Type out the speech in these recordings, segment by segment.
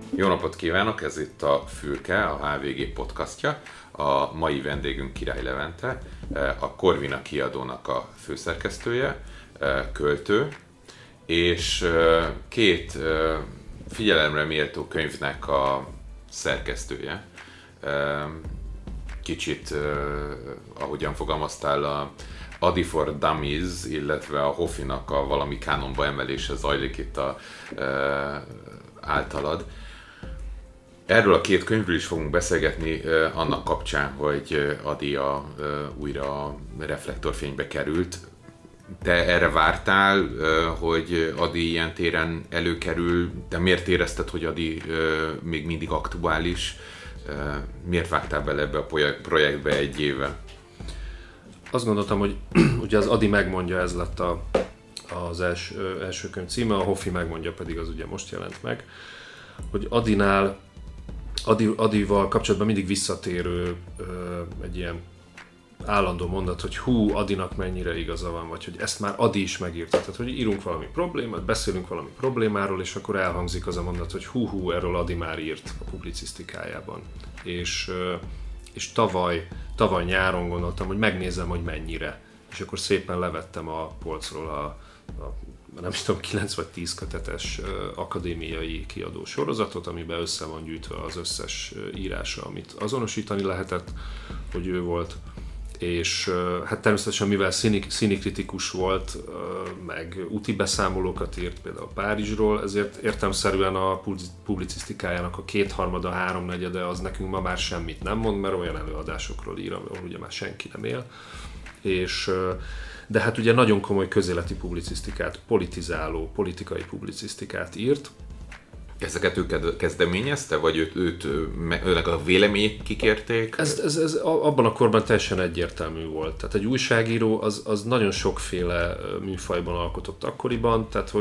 Jó napot kívánok, ez itt a Fürke, a HVG podcastja. A mai vendégünk Király Levente, a Corvina kiadónak a főszerkesztője, költő, és két figyelemre méltó könyvnek a szerkesztője. Kicsit, ahogyan fogalmaztál, a Adi for Dummies, illetve a Hofinak a valami kánonba emelése zajlik itt általad. Erről a két könyvről is fogunk beszélgetni annak kapcsán, hogy Adi újra a reflektorfénybe került. Te erre vártál, hogy Adi ilyen téren előkerül? Te miért érezted, hogy Adi még mindig aktuális? Miért vágtál bele ebbe a projektbe egy éve? Azt gondoltam, hogy ugye az Adi megmondja, ez lett az első könyv címe, a Hofi megmondja pedig az ugye most jelent meg, hogy Adival kapcsolatban mindig visszatérő egy ilyen állandó mondat, hogy Adinak mennyire igaza van, vagy hogy ezt már Adi is megírta. Tehát, hogy írunk valami problémát, beszélünk valami problémáról, és akkor elhangzik az a mondat, hogy erről Adi már írt a publicisztikájában. És tavaly nyáron gondoltam, hogy megnézem, hogy mennyire. És akkor szépen levettem a polcról a nem is tudom, 9 vagy 10 kötetes akadémiai kiadó sorozatot, amiben össze van gyűjtve az összes írása, amit azonosítani lehetett, hogy ő volt. És hát természetesen, mivel színikritikus volt, meg úti beszámolókat írt például Párizsról, ezért értelemszerűen a publicisztikájának a 2/3, 3/4 az nekünk ma már semmit nem mond, mert olyan előadásokról ír, ahol ugye már senki nem él. De hát ugye nagyon komoly közéleti publicisztikát, politikai publicisztikát írt. Ezeket ő kezdeményezte, vagy őnek a véleményét kikérték? Ez abban a korban teljesen egyértelmű volt. Tehát egy újságíró az nagyon sokféle műfajban alkotott akkoriban, tehát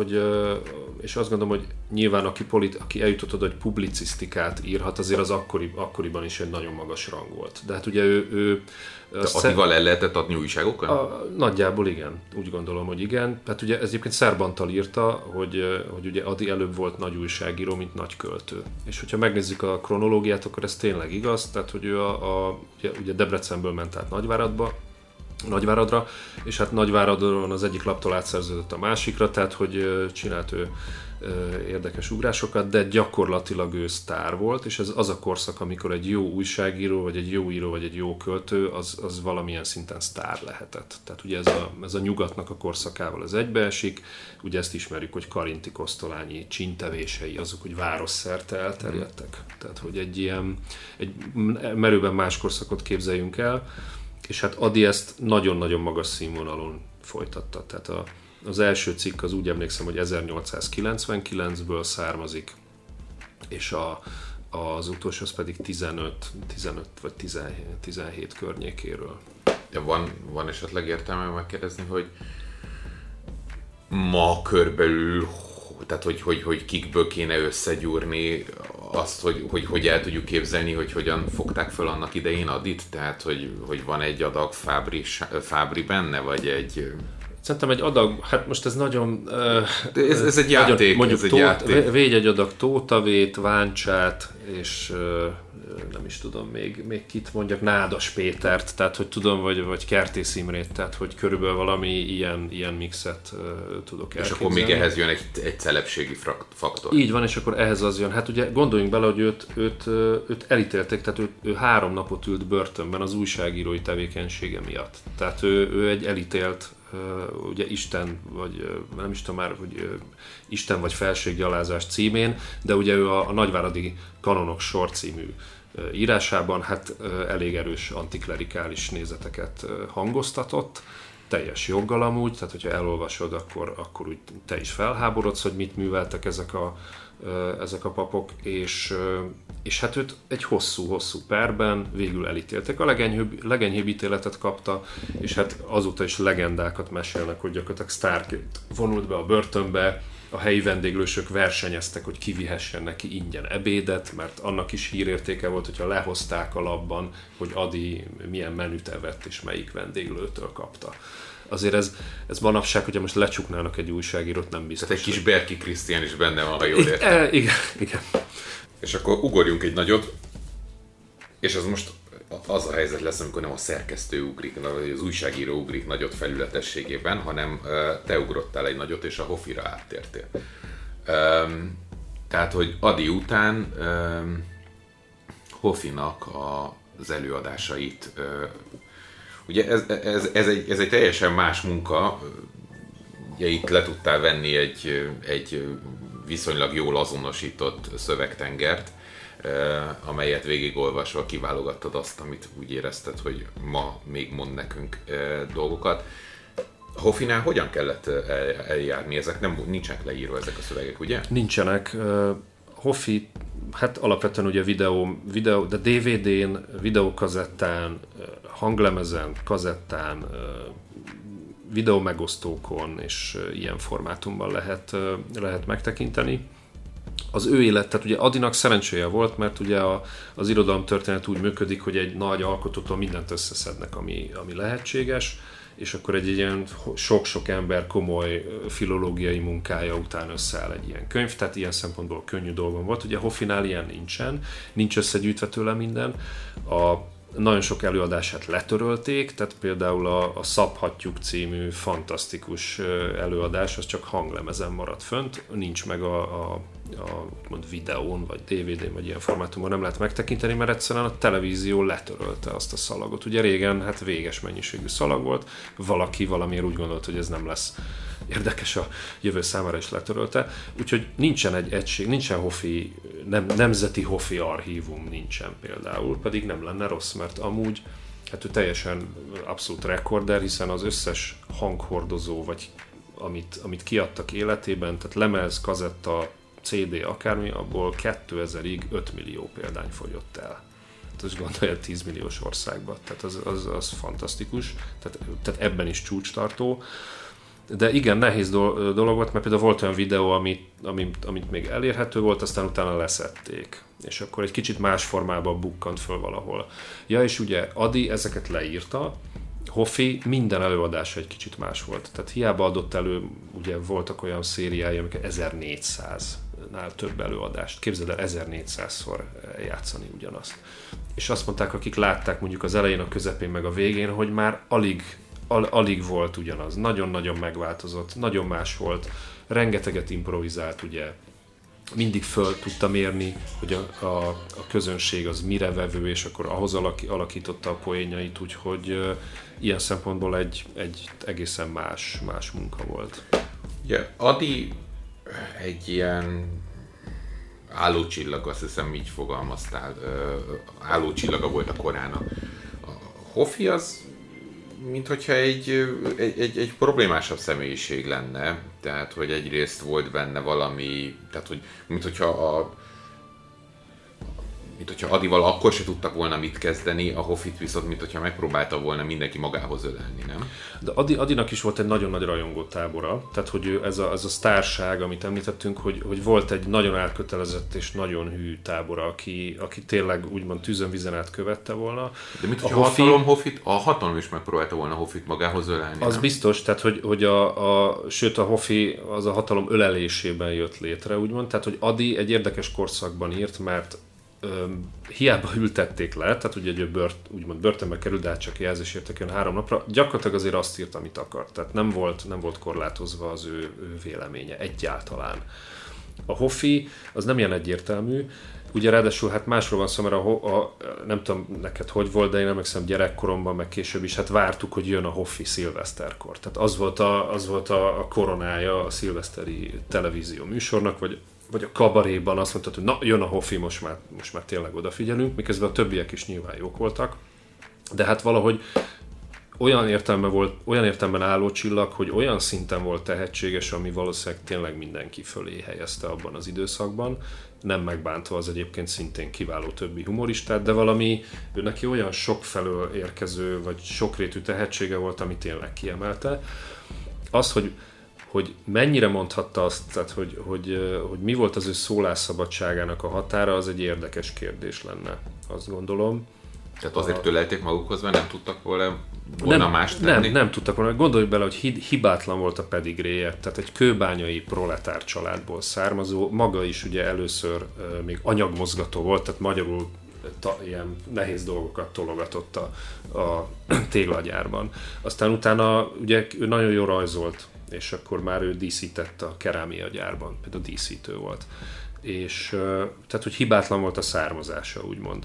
és azt gondolom, hogy nyilván aki eljutott oda, hogy publicisztikát írhat, azért az akkoriban is egy nagyon magas rang volt. De hát ugye ő de Adival el lehetett adni újságokat? Nagyjából igen, úgy gondolom, hogy igen. Hát ugye ez egyébként Szerbantal írta, hogy ugye Adi előbb volt nagy újságíró, mint nagy költő. És hogyha megnézzük a kronológiát, akkor ez tényleg igaz, tehát hogy ő ugye Debrecenből ment át Nagyváradra, és hát Nagyváradon az egyik laptól átszerződött a másikra, tehát hogy csinált ő érdekes ugrásokat, de gyakorlatilag ő sztár volt, és ez az a korszak, amikor egy jó újságíró, vagy egy jó író, vagy egy jó költő, az valamilyen szinten sztár lehetett. Tehát ugye ez a nyugatnak a korszakával ez egybeesik, ugye ezt ismerjük, hogy Karinti Kosztolányi csíntevései, azok úgy városszerte elterjedtek. Tehát, hogy egy merőben más korszakot képzeljünk el, és hát Adi ezt nagyon-nagyon magas színvonalon folytatta. Tehát az első cikk az úgy emlékszem, hogy 1899-ből származik, és az utolsó az pedig 15 vagy 17 környékéről. De van esetleg értelme megkérdezni, hogy ma körülbelül, tehát hogy kikből kéne összegyúrni azt, hogy el tudjuk képzelni, hogy hogyan fogták fel annak idején Adit? Tehát, hogy van egy adag Fábri benne, vagy egy... Szerintem egy adag, hát most ez nagyon... Ez egy játék. Mondjuk végy egy adag Tótavét, Váncsát, és nem is tudom még kit mondjak, Nádas Pétert, tehát hogy tudom, vagy Kertész Imrét, tehát hogy körülbelül valami ilyen mixet tudok elképzelni. És akkor még ehhez jön egy celebségi faktor. Így van, és akkor ehhez az jön. Hát ugye gondoljunk bele, hogy őt elítélték, tehát ő 3 napot ült börtönben az újságírói tevékenysége miatt. Tehát ő egy elítélt ugye Isten, vagy nem is tudom már, hogy Isten vagy felséggyalázás címén, de ugye ő a Nagyváradi Kanonok Sor című írásában hát elég erős antiklerikális nézeteket hangoztatott, teljes joggal amúgy, tehát hogyha elolvasod, akkor úgy te is felháborodsz, hogy mit műveltek ezek a papok, és hát őt egy hosszú perben végül elítéltek. A legenyhébb ítéletet kapta, és hát azóta is legendákat mesélnek, hogy gyakorlatilag sztárként vonult be a börtönbe, a helyi vendéglősök versenyeztek, hogy kivihessen neki ingyen ebédet, mert annak is hírértéke volt, hogyha lehozták a labban, hogy Adi milyen menüt evett, és melyik vendéglőtől kapta. Azért ez manapság, hogyha most lecsuknának egy újságírót, nem biztos. Tehát egy kis Berki Krisztián is benne van, ha jól értem. Igen. És akkor ugorjunk egy nagyot, és az most az a helyzet lesz, amikor nem a szerkesztő ugrik, vagy az újságíró ugrik nagyot felületességében, hanem te ugrottál egy nagyot, és a Hofira áttértél. Tehát, hogy Ady után Hofinak az előadásait, ugye ez egy teljesen más munka, ugye itt le tudtál venni egy viszonylag jól azonosított szövegtengert, amelyet végigolvasva kiválogattad azt, amit úgy érezted, hogy ma még mond nekünk dolgokat. Hofinál hogyan kellett eljárni? Ezek nincsenek leírva ezek a szövegek, ugye? Nincsenek. Hofi, hát alapvetően ugye videó, de DVD-n, videókazettán, hanglemezen, kazettán, videómegosztókon és ilyen formátumban lehet megtekinteni. Az ő élet, tehát ugye Adynak szerencséje volt, mert ugye az irodalomtörténet úgy működik, hogy egy nagy alkotótól mindent összeszednek, ami lehetséges, és akkor egy ilyen sok-sok ember komoly filológiai munkája után összeáll egy ilyen könyv, tehát ilyen szempontból könnyű dolgom volt. Ugye Hofinál ilyen nincsen, nincs összegyűjtve tőle minden. Nagyon sok előadását letörölték, tehát például a Szabhatjuk című fantasztikus előadás, az csak hanglemezen maradt fönt, nincs meg a videón, vagy DVD-n, vagy ilyen formátumon nem lehet megtekinteni, mert egyszerűen a televízió letörölte azt a szalagot. Ugye régen hát véges mennyiségű szalag volt, valaki valamiért úgy gondolt, hogy ez nem lesz érdekes a jövő számára, is letörölte. Úgyhogy nincsen egy egység, nincsen Hofi, nemzeti Hofi archívum nincsen például, pedig nem lenne rossz, mert amúgy hát ő teljesen abszolút rekorder, hiszen az összes hanghordozó, vagy amit kiadtak életében, tehát lemez, kazetta, CD, akármi, abból 2000-ig 5 millió példány fogyott el. Tehát gondolja 10 milliós országban, tehát az fantasztikus, tehát ebben is csúcstartó. De igen, nehéz dolog volt, mert például volt olyan videó, amit még elérhető volt, aztán utána leszették. És akkor egy kicsit más formában bukkant föl valahol. Ja, és ugye Ady ezeket leírta, Hofi minden előadása egy kicsit más volt. Tehát hiába adott elő, ugye voltak olyan szériái, amik 1400-nál több előadást. Képzeld el 1400-szor játszani ugyanazt. És azt mondták, akik látták mondjuk az elején, a közepén, meg a végén, hogy már alig volt ugyanaz. Nagyon-nagyon megváltozott, nagyon más volt. Rengeteget improvizált, ugye. Mindig föl tudta mérni, hogy a közönség az mire vevő, és akkor ahhoz alakította a poénjait, úgyhogy ilyen szempontból egy egészen más munka volt. Ugye, Ady egy ilyen állócsillag, azt hiszem így fogalmaztál, állócsillaga volt a korának. A Hofi az, mint hogyha egy problémásabb személyiség lenne, tehát hogy egyrészt volt benne valami, tehát hogy mint hogyha Adyval akkor se tudtak volna mit kezdeni, a Hofit viszont mint hogyha megpróbálta volna mindenki magához ölelni, nem? De Adynak is volt egy nagyon nagy rajongó tábora, tehát hogy ez a sztárság, amit említettünk, hogy volt egy nagyon elkötelezett és nagyon hű tábora, aki tényleg úgymond tűzön vizen át követte volna. De mint hogyha a hatalom is megpróbálta volna Hofit magához ölelni, az nem? Biztos, tehát hogy sőt a Hofi az a hatalom ölelésében jött létre, úgymond, tehát hogy Ady egy érdekes korszakban írt, mert hiába ültették le, tehát ugye egy úgymond börtönbe került, de hát csak jelzésértek jön 3 napra, gyakorlatilag azért azt írt, amit akart. Tehát nem volt korlátozva az ő véleménye egyáltalán. A Hofi az nem ilyen egyértelmű, ugye ráadásul hát másról van szó, mert nem tudom neked hogy volt, de én emlékszem gyerekkoromban, meg később is, hát vártuk, hogy jön a Hofi szilveszterkor. Tehát az volt a koronája a szilveszteri televízió műsornak, vagy a kabaréban azt mondtad, hogy na, jön a Hofi, most már tényleg odafigyelünk, miközben a többiek is nyilván jók voltak. De hát valahogy olyan értelemben álló csillag, hogy olyan szinten volt tehetséges, ami valószínűleg tényleg mindenki fölé helyezte abban az időszakban, nem megbántva az egyébként szintén kiváló többi humoristát, de valami ő neki olyan sokfelől érkező, vagy sokrétű tehetsége volt, ami tényleg kiemelte. Az, hogy mennyire mondhatta azt, tehát hogy mi volt az ő szólásszabadságának a határa, az egy érdekes kérdés lenne, azt gondolom. Tehát azért tölelték magukhoz, mert nem tudtak volna más tenni? Nem tudtak volna. Gondolj bele, hogy hibátlan volt a pedigréje. Tehát egy kőbányai proletár családból származó, maga is ugye először még anyagmozgató volt, tehát magyarul ilyen nehéz dolgokat tologatott a téglagyárban. Aztán utána ugye ő nagyon jól rajzolt, és akkor már ő díszített a kerámia gyárban, például díszítő volt. És tehát, hogy hibátlan volt a származása, úgymond.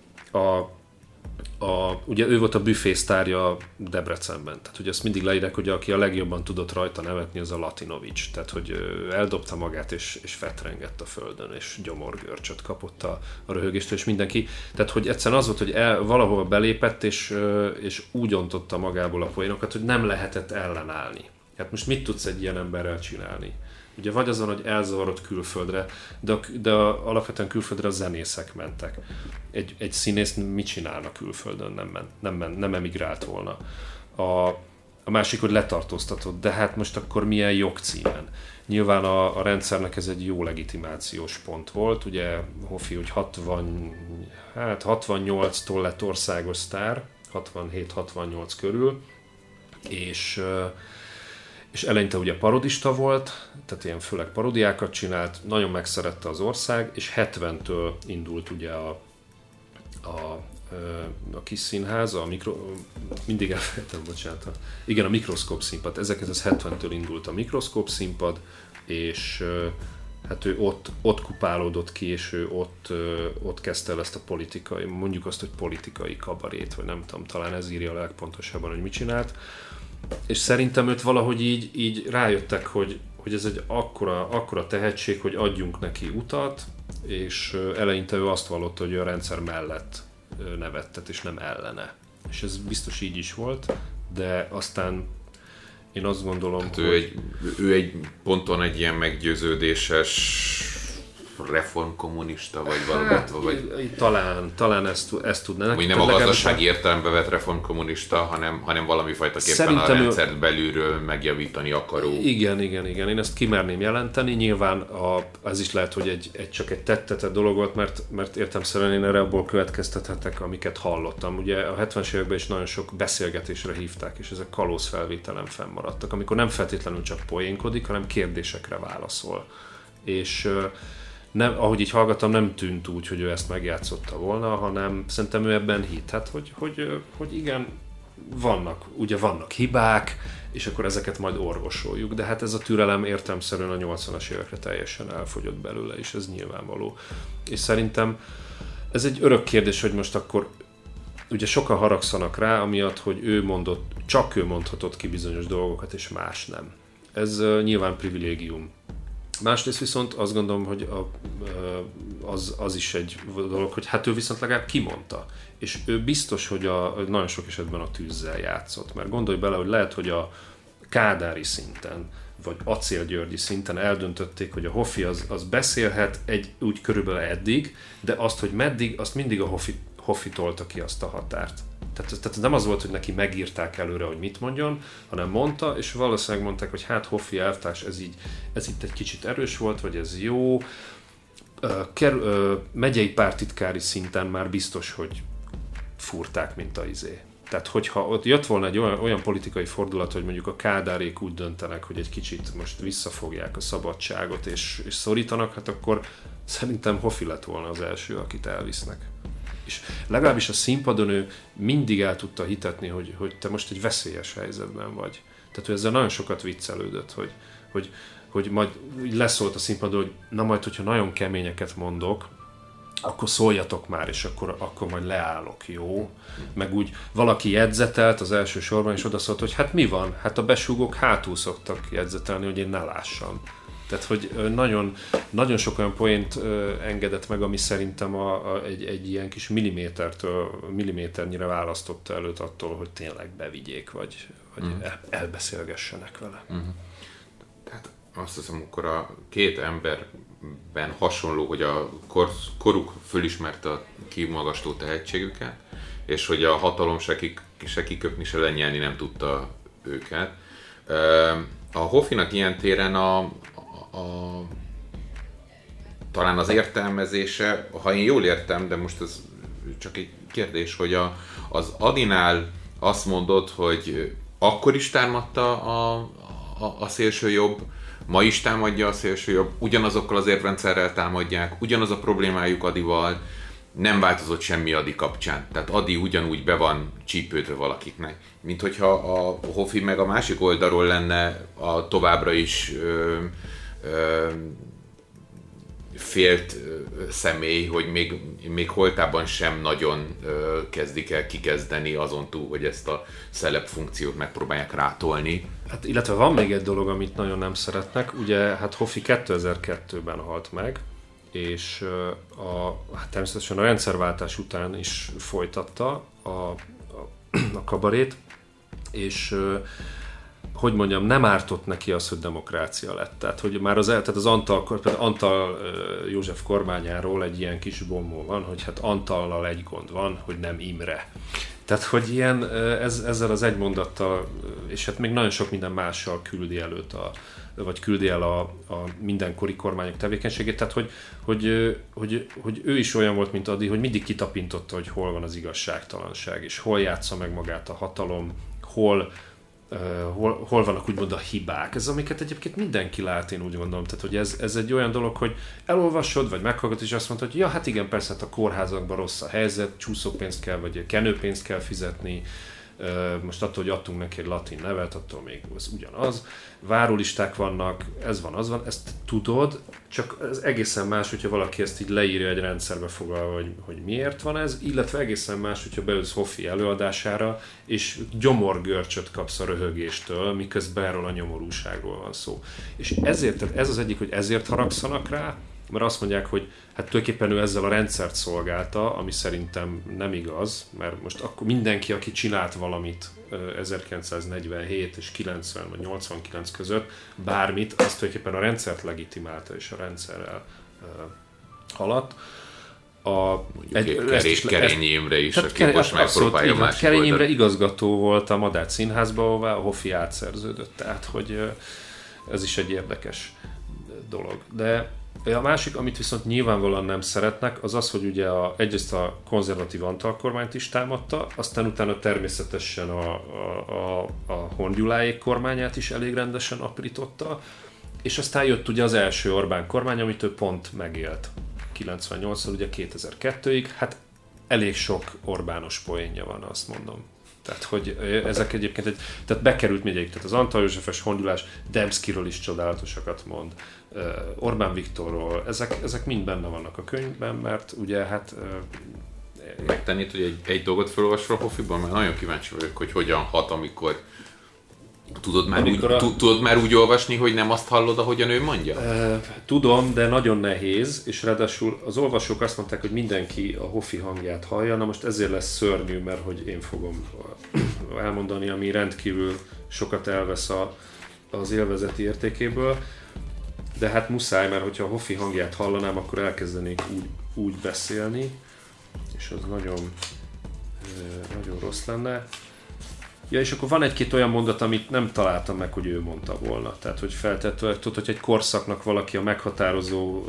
Ugye ő volt a büfésztárja Debrecenben, tehát ugye ezt mindig leírják, hogy aki a legjobban tudott rajta nevetni, az a Latinovics, tehát hogy eldobta magát és fetrengett a földön, és gyomorgörcsöt kapott a röhögéstől, és mindenki, tehát hogy egyszerűen az volt, hogy valahova belépett, és úgy ontotta magából a poénokat, hogy nem lehetett ellenállni. Hát most mit tudsz egy ilyen emberrel csinálni? Ugye vagy azon, hogy elzavarod külföldre, de alapvetően külföldre a zenészek mentek. Egy színész mit csinálna külföldön? Nem emigrált volna. A másik, hogy letartóztatott, de hát most akkor milyen jogcímen? Nyilván a rendszernek ez egy jó legitimációs pont volt. Ugye Hofi úgy 68-tól lett országos sztár, 67-68 körül, és eleinte ugye parodista volt, tehát ilyen főleg parodiákat csinált, nagyon megszerette az ország, és 70-től indult ugye a kis színház, mindig elfelejtem, bocsánat, igen, a Mikroszkóp színpad, 1970-től indult a Mikroszkóp színpad, és hát ő ott kupálódott ki, és ő ott kezdte el ezt a politikai, mondjuk azt, hogy politikai kabarét, vagy nem tudom, talán ez írja a legpontosabban, hogy mit csinált. És szerintem őt valahogy így rájöttek, hogy ez egy akkora tehetség, hogy adjunk neki utat, és eleinte ő azt vallotta, hogy a rendszer mellett nevettet, és nem ellene. És ez biztos így is volt, de aztán én azt gondolom, hát ő egy ponton egy ilyen meggyőződéses reformkommunista, vagy valami. Talán ezt tudnának. Úgy nem a gazdasági értelembe vett reformkommunista, hanem valami fajtaképpen a rendszert belülről megjavítani akaró. Igen. Én ezt kimerném jelenteni. Nyilván ez is lehet, hogy csak egy tettetett dolog volt, mert értelemszerűen én erre abból következtethetek, amiket hallottam. Ugye a 70-es években is nagyon sok beszélgetésre hívták, és ezek kalózfelvételen fennmaradtak, amikor nem feltétlenül csak poénkodik, hanem kérdésekre válaszol. És nem, ahogy így hallgattam, nem tűnt úgy, hogy ő ezt megjátszotta volna, hanem szerintem ő ebben hitt, hogy igen, vannak hibák, és akkor ezeket majd orvosoljuk, de hát ez a türelem értelemszerűen a 80-as évekre teljesen elfogyott belőle, és ez nyilvánvaló. És szerintem ez egy örök kérdés, hogy most akkor ugye sokan haragszanak rá, amiatt, hogy csak ő mondhatott ki bizonyos dolgokat, és más nem. Ez nyilván privilégium. Másrészt viszont azt gondolom, hogy az is egy dolog, hogy hát ő viszont legalább kimondta. És ő biztos, hogy nagyon sok esetben a tűzzel játszott. Mert gondolj bele, hogy lehet, hogy a kádári szinten, vagy acélgyörgyi szinten eldöntötték, hogy a Hofi az beszélhet úgy körülbelül eddig, de azt, hogy meddig, azt mindig a Hofi tolta ki azt a határt. Tehát nem az volt, hogy neki megírták előre, hogy mit mondjon, hanem mondta, és valószínűleg mondták, hogy hát Hofi elvtárs, ez itt egy kicsit erős volt, vagy ez jó. Megyei pártitkári szinten már biztos, hogy fúrták, mint a izé. Tehát, hogyha ott jött volna egy olyan politikai fordulat, hogy mondjuk a kádárék úgy döntenek, hogy egy kicsit most visszafogják a szabadságot és szorítanak, hát akkor szerintem Hofi lett volna az első, akit elvisznek. És legalábbis a színpadon ő mindig el tudta hitetni, hogy te most egy veszélyes helyzetben vagy. Tehát ő ezzel nagyon sokat viccelődött, hogy majd leszólt a színpadon, hogy na majd, hogyha nagyon keményeket mondok, akkor szóljatok már, és akkor majd leállok, jó? Meg úgy valaki jegyzetelt az első sorban, és odaszólt, hogy hát mi van? Hát a besúgók hátul szoktak jegyzetelni, hogy én ne lássam. Tehát, hogy nagyon sok olyan poént engedett meg, ami szerintem egy ilyen kis milliméternyire választotta előtt attól, hogy tényleg bevigyék, vagy elbeszélgessenek vele. Tehát azt hiszem, akkor a két emberben hasonló, hogy a koruk fölismerte a kimagasló tehetségüket, és hogy a hatalom se kiköpni, se lenyelni nem tudta őket. A Hofinak ilyen téren talán az értelmezése, ha én jól értem, de most ez csak egy kérdés, hogy az Adinál azt mondod, hogy akkor is támadta a szélsőjobb, ma is támadja a szélsőjobb, ugyanazokkal az érvrendszerrel támadják, ugyanaz a problémájuk Adival, nem változott semmi Adi kapcsán. Tehát Adi ugyanúgy be van csípődve valakiknek. Mint hogyha a Hofi meg a másik oldalról lenne továbbra is félt személy, hogy még holtában sem nagyon kezdik el kikezdeni azon túl, hogy ezt a celeb funkciót megpróbálják rátolni. Hát, illetve van még egy dolog, amit nagyon nem szeretnek. Ugye hát Hofi 2002-ben halt meg, és természetesen a rendszerváltás után is folytatta a kabarét, és hogy mondjam, nem ártott neki az, hogy demokrácia lett. Tehát, hogy már az Antal József kormányáról egy ilyen kis bombó van, hogy hát Antallal egy gond van, hogy nem Imre. Tehát, hogy ilyen, ezzel az egy mondattal, és hát még nagyon sok minden mással küldi el a mindenkori kormányok tevékenységét, tehát hogy ő is olyan volt, mint Adi, hogy mindig kitapintotta, hogy hol van az igazságtalanság, és hol játsza meg magát a hatalom, hol vannak úgymond a hibák. Ez amiket egyébként mindenki lát, én úgy gondolom. Tehát, hogy ez egy olyan dolog, hogy elolvasod, vagy meghallgatod, és azt mondod, hogy ja, hát igen, persze, hát a kórházakban rossz a helyzet, csúszópénzt kell, vagy kenőpénzt kell fizetni, most attól, hogy adtunk neki egy latin nevet, attól még az ugyanaz. Várólisták vannak, ez van, az van, ezt tudod, csak ez egészen más, hogyha valaki ezt így leírja egy rendszerbe foglalva, hogy miért van ez, illetve egészen más, hogyha beülsz Hofi előadására, és gyomorgörcsöt kapsz a röhögéstől, miközben erről a nyomorúságról van szó. És ezért, tehát ez az egyik, hogy ezért haragszanak rá, mert azt mondják, hogy hát tulajdonképpen ő ezzel a rendszert szolgálta, ami szerintem nem igaz, mert most akkor mindenki, aki csinált valamit 1947 és 90 vagy 89 között, bármit, azt tulajdonképpen a rendszert legitimálta és a rendszerrel haladt. Kerényi Imre is, aki most megpróbálja másik Kerényi Imre igazgató volt a Madách Színházba, ahová a Hofi átszerződött, tehát hogy ez is egy érdekes dolog. De a másik, amit viszont nyilvánvalóan nem szeretnek, az az, hogy ugye egyrészt a konzervatív Antal kormányt is támadta, aztán utána természetesen a Hongyuláék kormányát is elég rendesen aprította, és aztán jött ugye az első Orbán kormány, amit ő pont megélt 98-tól ugye 2002-ig, hát elég sok Orbános poénja van, azt mondom. Tehát, hogy ezek egyébként tehát bekerült mindegyik, tehát az Antal Józsefes Hongyulás, Dembszkiről is csodálatosakat mond, Orbán Viktorról, ezek mind benne vannak a könyvben, mert ugye hát... Megtennéd, hogy egy dolgot felolvasol a Hofiban, mert nagyon kíváncsi vagyok, hogy hogyan hat, amikor tudod már úgy olvasni, hogy nem azt hallod, ahogyan ő mondja? Tudom, de nagyon nehéz, és ráadásul az olvasók azt mondták, hogy mindenki a Hofi hangját hallja, na most ezért lesz szörnyű, mert hogy én fogom elmondani, ami rendkívül sokat elvesz az élvezeti értékéből, de hát muszáj, mert hogyha a Hofi hangját hallanám, akkor elkezdenék úgy beszélni, és az nagyon, nagyon rossz lenne. Ja, és akkor van egy-két olyan mondat, amit nem találtam meg, hogy ő mondta volna. Tehát, hogy feltétlenül, tudod, hogy egy korszaknak valaki a meghatározó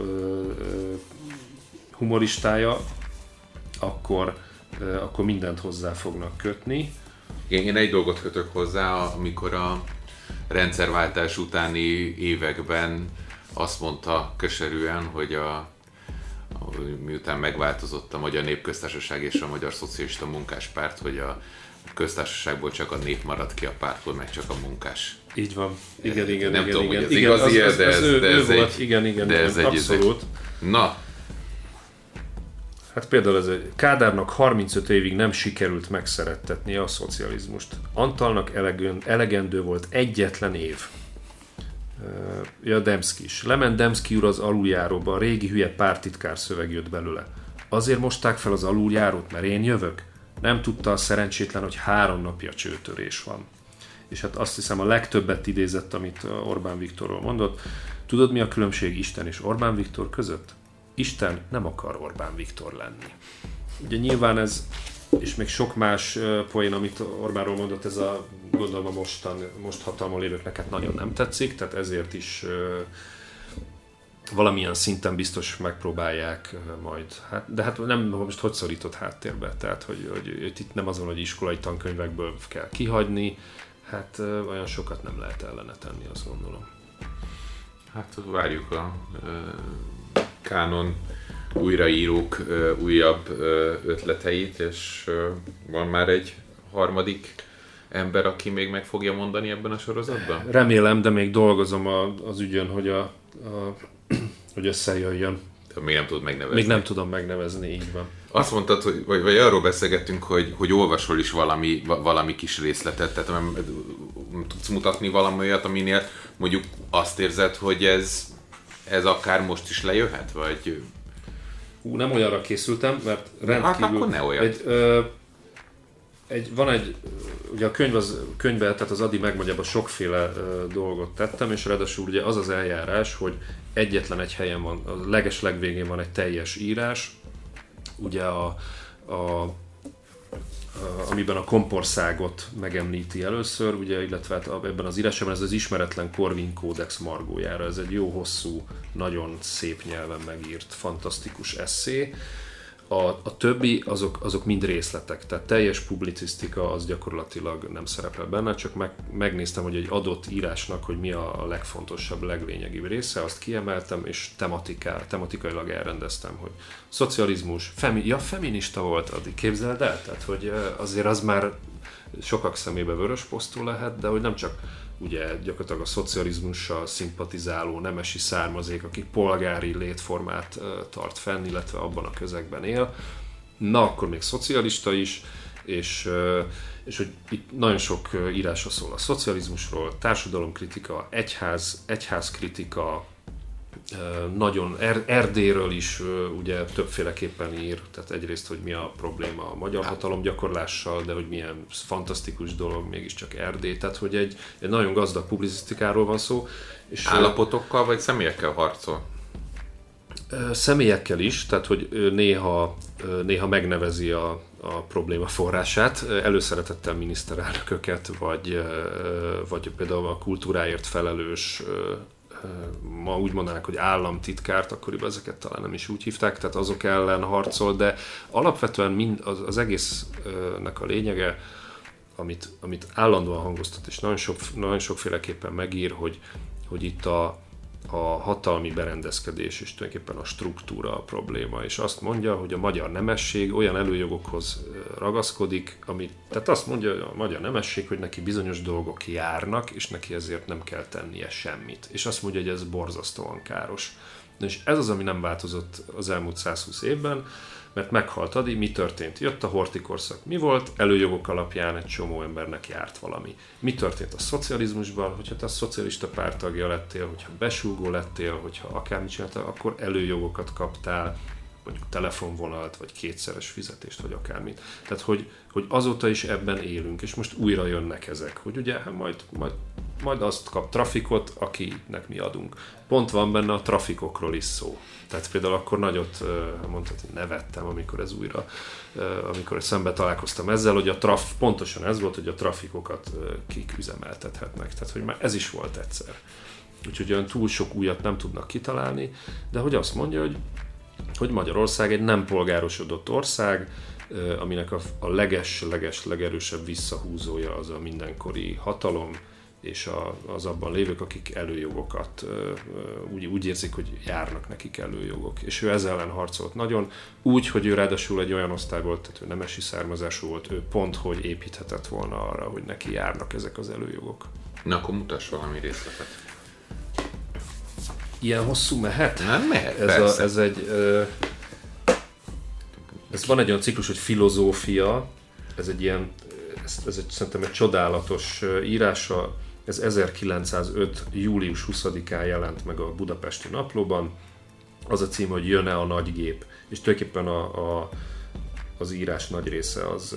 humoristája, akkor mindent hozzá fognak kötni. Én egy dolgot kötök hozzá, amikor a rendszerváltás utáni években azt mondta köserűen, hogy miután megváltozott a Magyar Népköztársaság és a Magyar Szocialista Munkáspárt, hogy a köztársaságból csak a nép maradt ki, a pártból meg csak a munkás. Így van. Igen. Nem tudom, hogy ez igen, igazi, de ez egy abszolút. Na. Hát például ez egy Kádárnak 35 évig nem sikerült megszerettetnie a szocializmust. Antalnak elegendő volt egyetlen év. Dembszki is. Lement Dembszki úr az aluljáróba, a régi hülye pártitkár szöveg jött belőle. Azért mosták fel az aluljárót, mert én jövök? Nem tudta a szerencsétlen, hogy 3 napja csőtörés van. És hát azt hiszem a legtöbbet idézett, amit Orbán Viktorról mondott. Tudod, mi a különbség Isten és Orbán Viktor között? Isten nem akar Orbán Viktor lenni. Ugye nyilván ez, és még sok más poén, amit Orbánról mondott, ez gondolom a most hatalmon lévőknek hát nagyon nem tetszik, tehát ezért is valamilyen szinten biztos megpróbálják majd, de hát nem most hogy szorított háttérbe, tehát hogy itt nem azon, hogy iskolai tankönyvekből kell kihagyni, hát olyan sokat nem lehet ellene tenni, azt gondolom. Hát várjuk a kánon újraírók újabb ötleteit, és van már egy harmadik ember, aki még meg fogja mondani ebben a sorozatban? Remélem, de még dolgozom az ügyön, hogy összejöjjön. De még nem tudod megnevezni. Még nem tudom megnevezni, így van. Azt mondtad, hogy, vagy arról beszélgettünk, hogy olvasol is valami kis részletet, tehát nem tudsz mutatni valami olyat, aminél mondjuk azt érzed, hogy ez akár most is lejöhet, vagy... Nem olyanra készültem, mert rendkívül... Hát akkor ne olyan. Ugye a könyvben, tehát az Ady megmagyarban sokféle dolgot tettem, és ráadásul ugye az az eljárás, hogy egyetlen egy helyen van, a legeslegvégén van egy teljes írás, ugye amiben a kompországot megemlíti először, ugye, illetve hát ebben az írásban ez az ismeretlen Corvin kódex margójára, ez egy jó hosszú, nagyon szép nyelven megírt, fantasztikus esszé. A többi azok mind részletek, tehát teljes publicisztika az gyakorlatilag nem szerepel benne, csak megnéztem, hogy egy adott írásnak, hogy mi a legfontosabb, leglényegibb része, azt kiemeltem, és tematikailag elrendeztem, hogy szocializmus, feminista volt, addig képzeld el, tehát hogy azért az már sokak szemébe vörös posztó lehet, de hogy nem csak ugye gyakorlatilag a szocializmussal szimpatizáló nemesi származék, aki polgári létformát tart fenn, illetve abban a közegben él. Na, akkor még szocialista is, és hogy itt nagyon sok írása szól a szocializmusról, társadalomkritika, egyházkritika, nagyon Erdélyről is ugye többféleképpen ír, tehát egyrészt, hogy mi a probléma a magyar hatalomgyakorlással, de hogy milyen fantasztikus dolog mégiscsak Erdély, tehát hogy egy nagyon gazdag publicisztikáról van szó. És állapotokkal vagy személyekkel harcol? Személyekkel is, tehát hogy néha megnevezi a probléma forrását, előszeretettel miniszterelnököket, vagy például a kultúráért felelős, ma úgy mondanák, hogy államtitkárt, akkoriban ezeket talán nem is úgy hívták, tehát azok ellen harcol, de alapvetően az egésznek a lényege, amit állandóan hangoztat, és nagyon sokféleképpen megír, hogy itt a hatalmi berendezkedés és tulajdonképpen a struktúra a probléma, és azt mondja, hogy a magyar nemesség olyan előjogokhoz ragaszkodik, tehát azt mondja a magyar nemesség, hogy neki bizonyos dolgok járnak, és neki ezért nem kell tennie semmit. És azt mondja, hogy ez borzasztóan káros. És ez az, ami nem változott az elmúlt 120 évben, mert meghalt Ady, mi történt? Jött a Horthy korszak. Mi volt? Előjogok alapján egy csomó embernek járt valami. Mi történt a szocializmusban? Hogyha te a szocialista párttagja lettél, hogyha besúgó lettél, hogyha akármit csináltál, akkor előjogokat kaptál, mondjuk telefonvonalat, vagy kétszeres fizetést, vagy akármit. Tehát, hogy azóta is ebben élünk, és most újra jönnek ezek, hogy ugye majd azt kap trafikot, akinek mi adunk. Pont van benne a trafikokról is szó. Tehát például akkor nagyot mondhatni, nevettem, amikor szembe találkoztam ezzel, hogy pontosan ez volt, hogy a trafikokat kik üzemeltethetnek. Tehát, hogy már ez is volt egyszer. Úgyhogy olyan túl sok újat nem tudnak kitalálni, de hogy azt mondja, hogy Magyarország egy nem polgárosodott ország, aminek a legerősebb visszahúzója az a mindenkori hatalom, és az abban lévők, akik előjogokat úgy érzik, hogy járnak nekik előjogok. És ő ezzel ellen harcolt nagyon, úgy, hogy ő ráadásul egy olyan osztály volt, tehát ő nemesi származású volt, ő pont, hogy építhetett volna arra, hogy neki járnak ezek az előjogok. Na, akkor mutass valami részletet. Ilyen hosszú mehet? Nem mehet, ez van egy olyan ciklus, hogy filozófia, ez szerintem egy csodálatos írása, ez 1905. július 20-án jelent meg a Budapesti Naplóban, az a cím, hogy Jön-e a nagy gép, és tulajdonképpen az írás nagy része az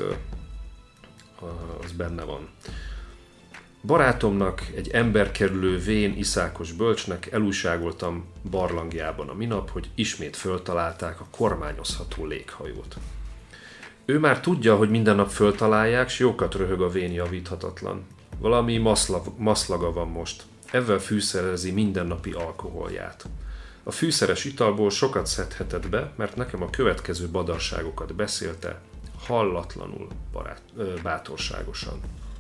benne van. Barátomnak, egy emberkerülő, vén, iszákos bölcsnek elújságoltam barlangjában a minap, hogy ismét föltalálták a kormányozható léghajót. Ő már tudja, hogy minden nap föltalálják, s jókat röhög a vén javíthatatlan. Valami maszlaga van most. Ezzel fűszerezi mindennapi alkoholját. A fűszeres italból sokat szedhetett be, mert nekem a következő badarságokat beszélte, hallatlanul bátorságosan.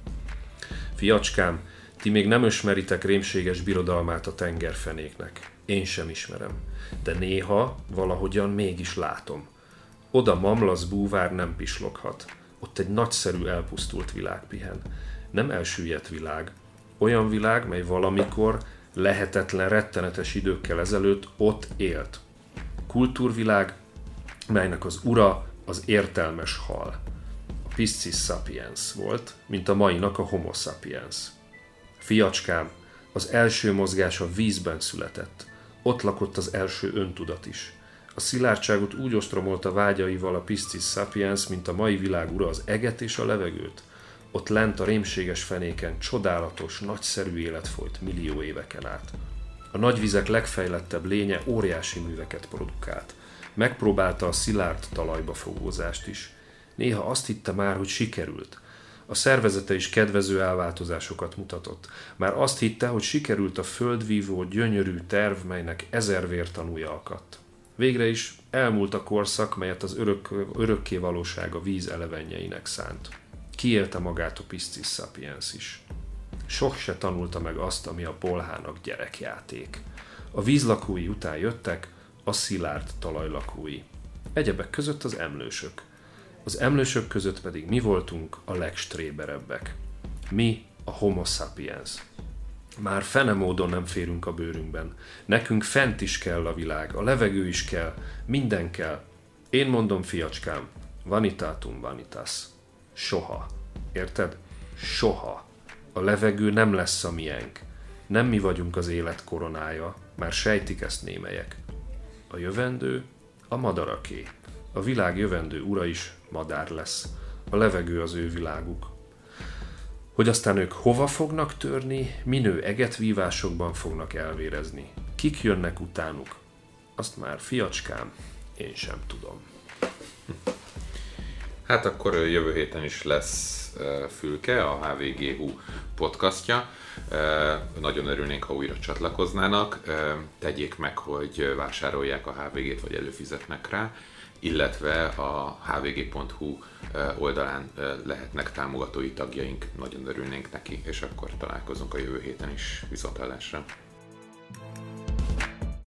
Fiacskám, ti még nem ismeritek rémséges birodalmát a tengerfenéknek. Én sem ismerem. De néha valahogyan mégis látom. Oda mamlasz búvár nem pisloghat. Ott egy nagyszerű elpusztult világ pihen. Nem elsüllyedt világ. Olyan világ, mely valamikor lehetetlen, rettenetes időkkel ezelőtt ott élt. Kultúrvilág, melynek az ura az értelmes hal. A Piscis sapiens volt, mint a mainak a Homo sapiens. Fiacskám, az első mozgás a vízben született. Ott lakott az első öntudat is. A szilárdságot úgy ostromolta vágyaival a Piscis sapiens, mint a mai világ ura az eget és a levegőt. Ott lent a rémséges fenéken csodálatos, nagyszerű élet folyt millió éveken át. A nagyvizek legfejlettebb lénye óriási műveket produkált. Megpróbálta a szilárd talajba fogózást is. Néha azt hitte már, hogy sikerült. A szervezete is kedvező elváltozásokat mutatott. Már azt hitte, hogy sikerült a földvívó, gyönyörű terv, melynek 1000 vértanúja akadt. Végre is elmúlt a korszak, melyet az örökké valóság a víz elevenjeinek szánt. Kiélte magát a Piscis sapiens is. Sok se tanulta meg azt, ami a bolhának gyerekjáték. A vízlakói után jöttek a szilárd talajlakói. Egyebek között az emlősök. Az emlősök között pedig mi voltunk a legstréberebbek. Mi a Homo sapiens. Már fene módon nem férünk a bőrünkben. Nekünk fent is kell a világ, a levegő is kell, minden kell. Én mondom, fiacskám, vanitatum vanitas. Soha. Érted? Soha. A levegő nem lesz a miénk. Nem mi vagyunk az élet koronája, már sejtik ezt némelyek. A jövendő a madaraké. A világ jövendő ura is madár lesz. A levegő az ő világuk. Hogy aztán ők hova fognak törni, minő egetvívásokban fognak elvérezni. Kik jönnek utánuk? Azt már, fiacskám, én sem tudom. Hát akkor jövő héten is lesz Fülke, a HVGHU podcastja. Nagyon örülnénk, ha újra csatlakoznának. Tegyék meg, hogy vásárolják a HVG-t, vagy előfizetnek rá, illetve a hvg.hu oldalán lehetnek támogatói tagjaink. Nagyon örülnénk neki, és akkor találkozunk a jövő héten is. Viszonthallásra!